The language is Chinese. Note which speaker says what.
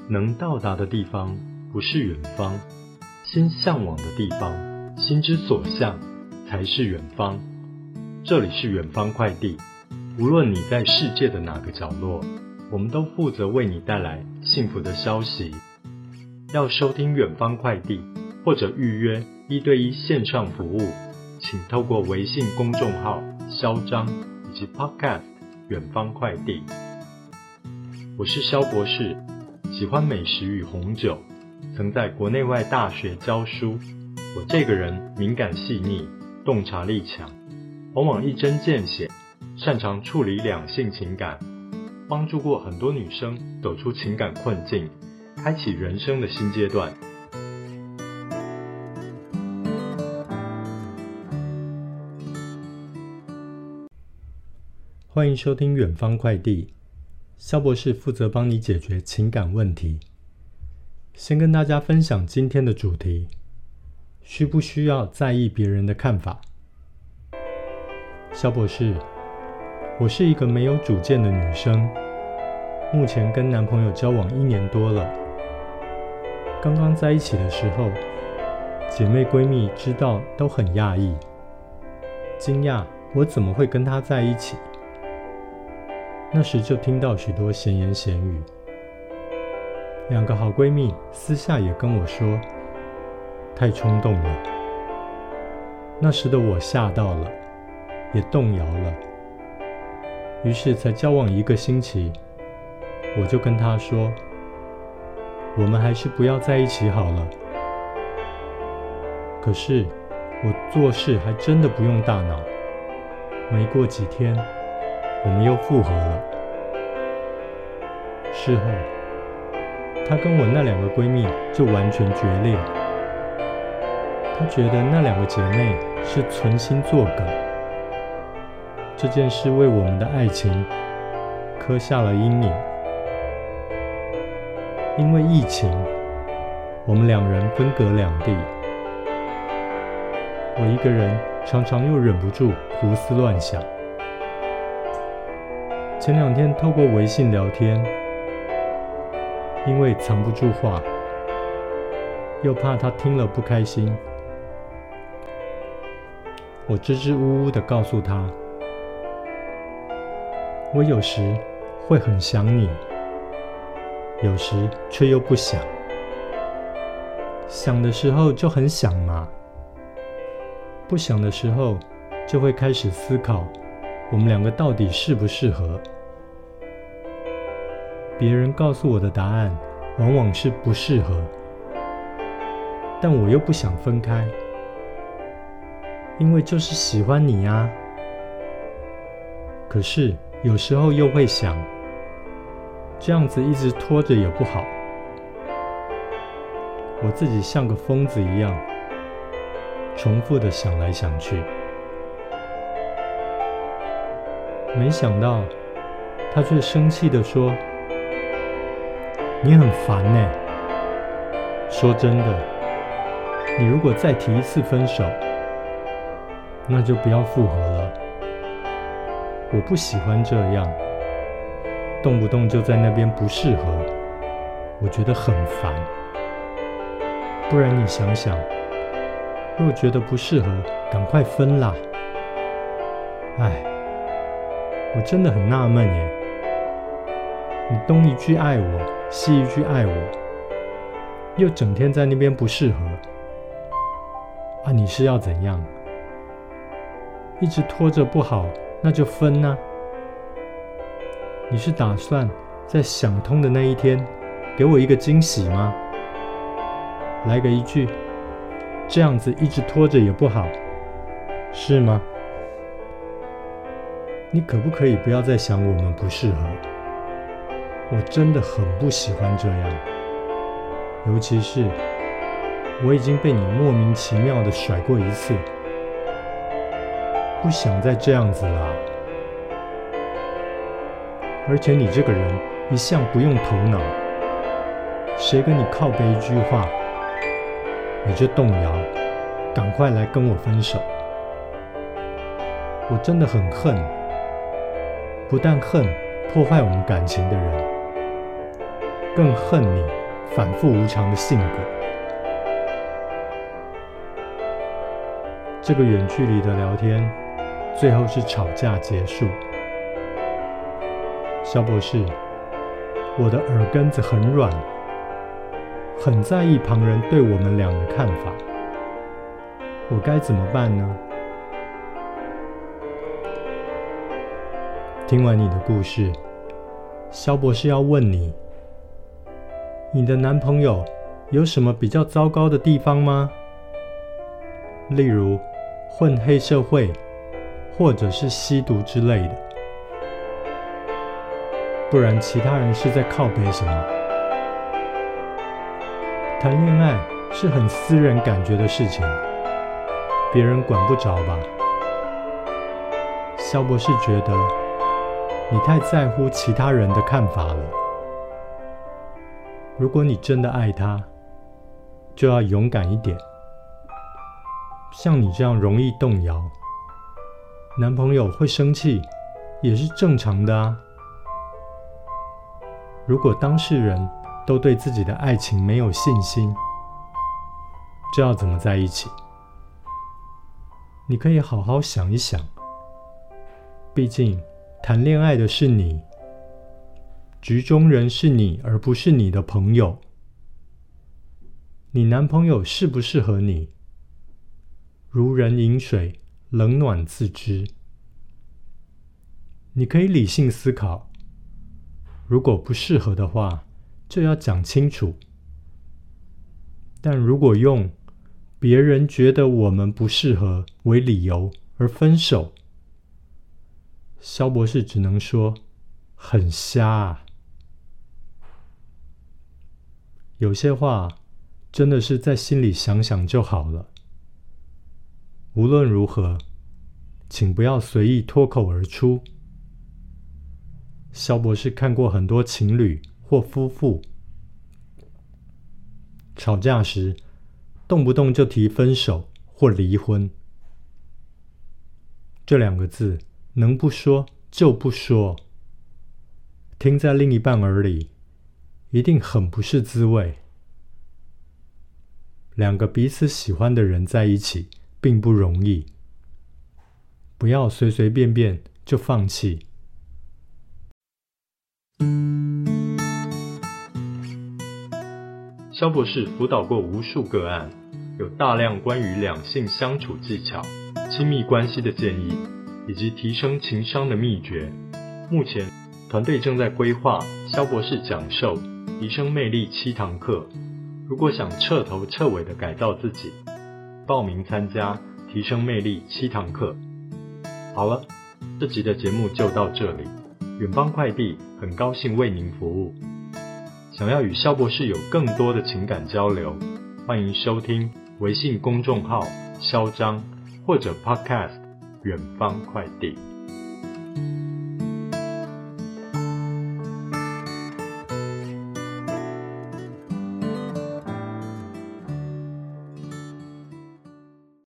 Speaker 1: 能到达的地方不是远方，心向往的地方，心之所向才是远方。这里是远方快递，无论你在世界的哪个角落，我们都负责为你带来幸福的消息。要收听远方快递或者预约1对1线上服务，请透过微信公众号肖张以及 Podcast 远方快递。我是肖博士，喜欢美食与红酒，曾在国内外大学教书。我这个人敏感细腻，洞察力强，往往一针见血，擅长处理两性情感，帮助过很多女生走出情感困境，开启人生的新阶段。欢迎收听远方快递，肖博士负责帮你解决情感问题。先跟大家分享今天的主题：需不需要在意别人的看法？肖博士，我是一个没有主见的女生，目前跟男朋友交往1年多了。刚刚在一起的时候，姐妹闺蜜知道都很讶异，惊讶我怎么会跟他在一起。那时就听到许多闲言闲语，2个好闺蜜私下也跟我说，太冲动了。那时的我吓到了，也动摇了，于是才交往1个星期，我就跟她说，我们还是不要在一起好了。可是我做事还真的不用大脑，没过几天我们又复合了。事后她跟我那2个闺蜜就完全决裂，她觉得那2个姐妹是存心作梗，这件事为我们的爱情刻下了阴影。因为疫情，我们2人分隔两地，我一个人常常又忍不住胡思乱想。前2天透过微信聊天，因为藏不住话，又怕他听了不开心，我支支吾吾地告诉他，我有时会很想你，有时却又不想，想的时候就很想嘛，不想的时候就会开始思考我们2个到底适不适合。别人告诉我的答案往往是不适合，但我又不想分开，因为就是喜欢你啊。可是有时候又会想，这样子一直拖着也不好，我自己像个疯子一样，重复的想来想去。没想到他却生气地说，你很烦欸，说真的，你如果再提一次分手，那就不要复合了。我不喜欢这样，动不动就在那边不适合，我觉得很烦。不然你想想，若觉得不适合，赶快分啦。我真的很纳闷耶，你东一句爱我，西一句爱我，又整天在那边不适合啊，你是要怎样？一直拖着不好，那就分啊。你是打算在想通的那一天给我一个惊喜吗？来个一句，这样子一直拖着也不好，是吗？你可不可以不要再想我们不适合？我真的很不喜欢这样，尤其是我已经被你莫名其妙的甩过1次，不想再这样子啦。而且你这个人一向不用头脑，谁跟你靠背1句话你就动摇，赶快来跟我分手。我真的很恨，不但恨破坏我们感情的人， 更恨你反复无常的性格。这个远距离的聊天，最后是吵架结束。萧博士，我的耳根子很软，很在意旁人对我们俩的看法，我该怎么办呢？听完你的故事，萧博士要问你，你的男朋友有什么比较糟糕的地方吗？例如混黑社会，或者是吸毒之类的。不然其他人是在靠北什么？谈恋爱是很私人感觉的事情，别人管不着吧？萧博士觉得你太在乎其他人的看法了。如果你真的爱他，就要勇敢一点。像你这样容易动摇，男朋友会生气也是正常的啊。如果当事人都对自己的爱情没有信心，这要怎么在一起？你可以好好想一想，毕竟谈恋爱的是你，局中人是你，而不是你的朋友。你男朋友适不适合你？如人饮水，冷暖自知。你可以理性思考，如果不适合的话，就要讲清楚。但如果用别人觉得我们不适合为理由而分手，萧博士只能说很瞎啊。有些话真的是在心里想想就好了。无论如何，请不要随意脱口而出。萧博士看过很多情侣或夫妇，吵架时动不动就提分手或离婚，这两个字能不说就不说，听在另一半耳里一定很不是滋味。两个彼此喜欢的人在一起并不容易，不要随随便便就放弃。萧博士辅导过无数个案，有大量关于两性相处技巧、亲密关系的建议，以及提升情商的秘诀。目前团队正在规划萧博士讲授提升魅力7堂课，如果想彻头彻尾的改造自己，报名参加提升魅力7堂课。好了，这集的节目就到这里。远方快递很高兴为您服务。想要与萧博士有更多的情感交流，欢迎收听微信公众号萧张或者 Podcast 远方快递。